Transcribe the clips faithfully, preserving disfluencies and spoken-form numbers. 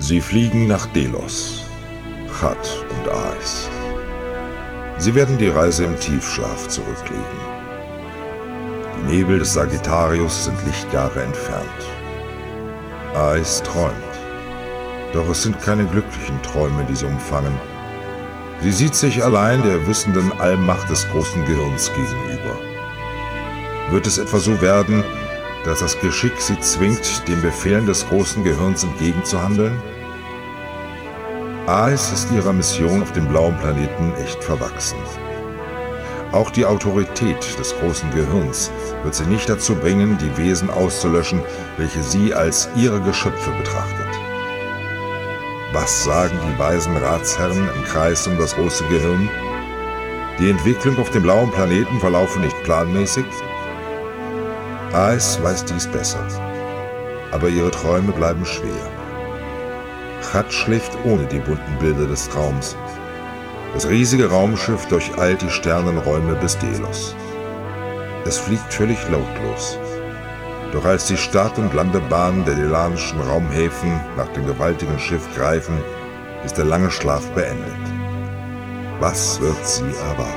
Sie fliegen nach Delos, Chat und Ais. Sie werden die Reise im Tiefschlaf zurücklegen. Die Nebel des Sagittarius sind Lichtjahre entfernt. Ais träumt. Doch es sind keine glücklichen Träume, die sie umfangen. Sie sieht sich allein der wissenden Allmacht des großen Gehirns gegenüber. Wird es etwa so werden, dass das Geschick sie zwingt, den Befehlen des großen Gehirns entgegenzuhandeln? Ais ist ihrer Mission auf dem blauen Planeten echt verwachsen. Auch die Autorität des großen Gehirns wird sie nicht dazu bringen, die Wesen auszulöschen, welche sie als ihre Geschöpfe betrachtet. Was sagen die weisen Ratsherren im Kreis um das große Gehirn? Die Entwicklung auf dem blauen Planeten verlaufe nicht planmäßig? Ais weiß dies besser, aber ihre Träume bleiben schwer. Chat schläft ohne die bunten Bilder des Traums. Das riesige Raumschiff durcheilt die Sternenräume bis Delos. Es fliegt völlig lautlos. Doch als die Start- und Landebahnen der delanischen Raumhäfen nach dem gewaltigen Schiff greifen, ist der lange Schlaf beendet. Was wird sie erwarten?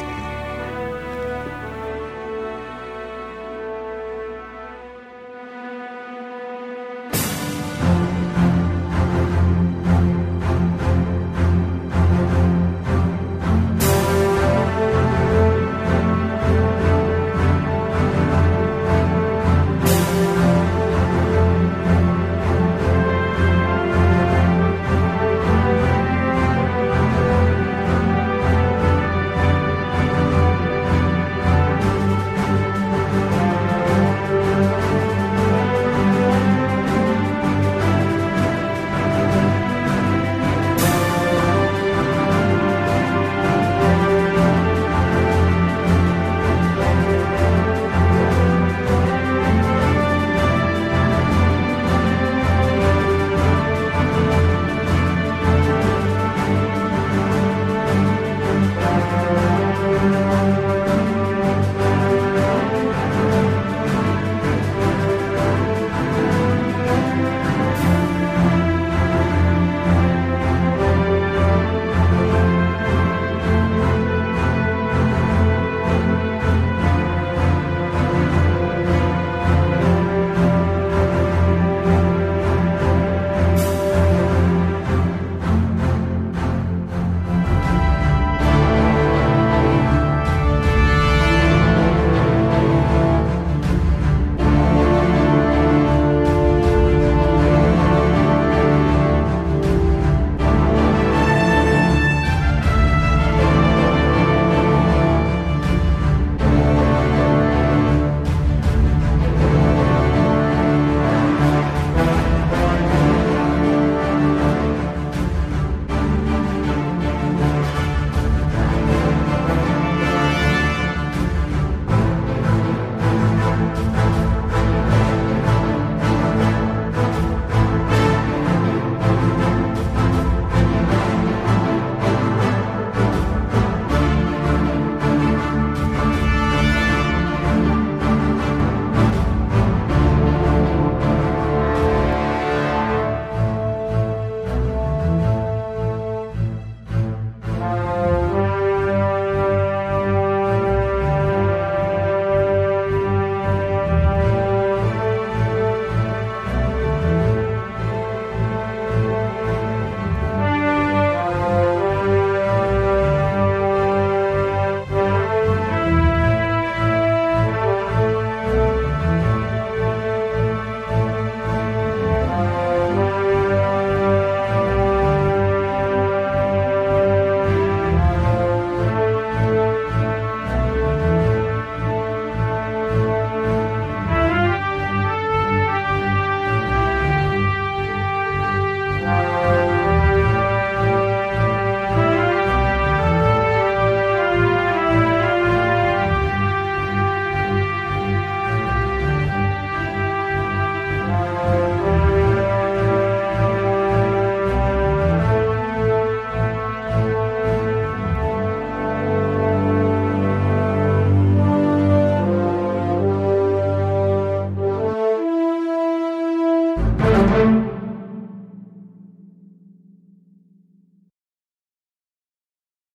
Thank you.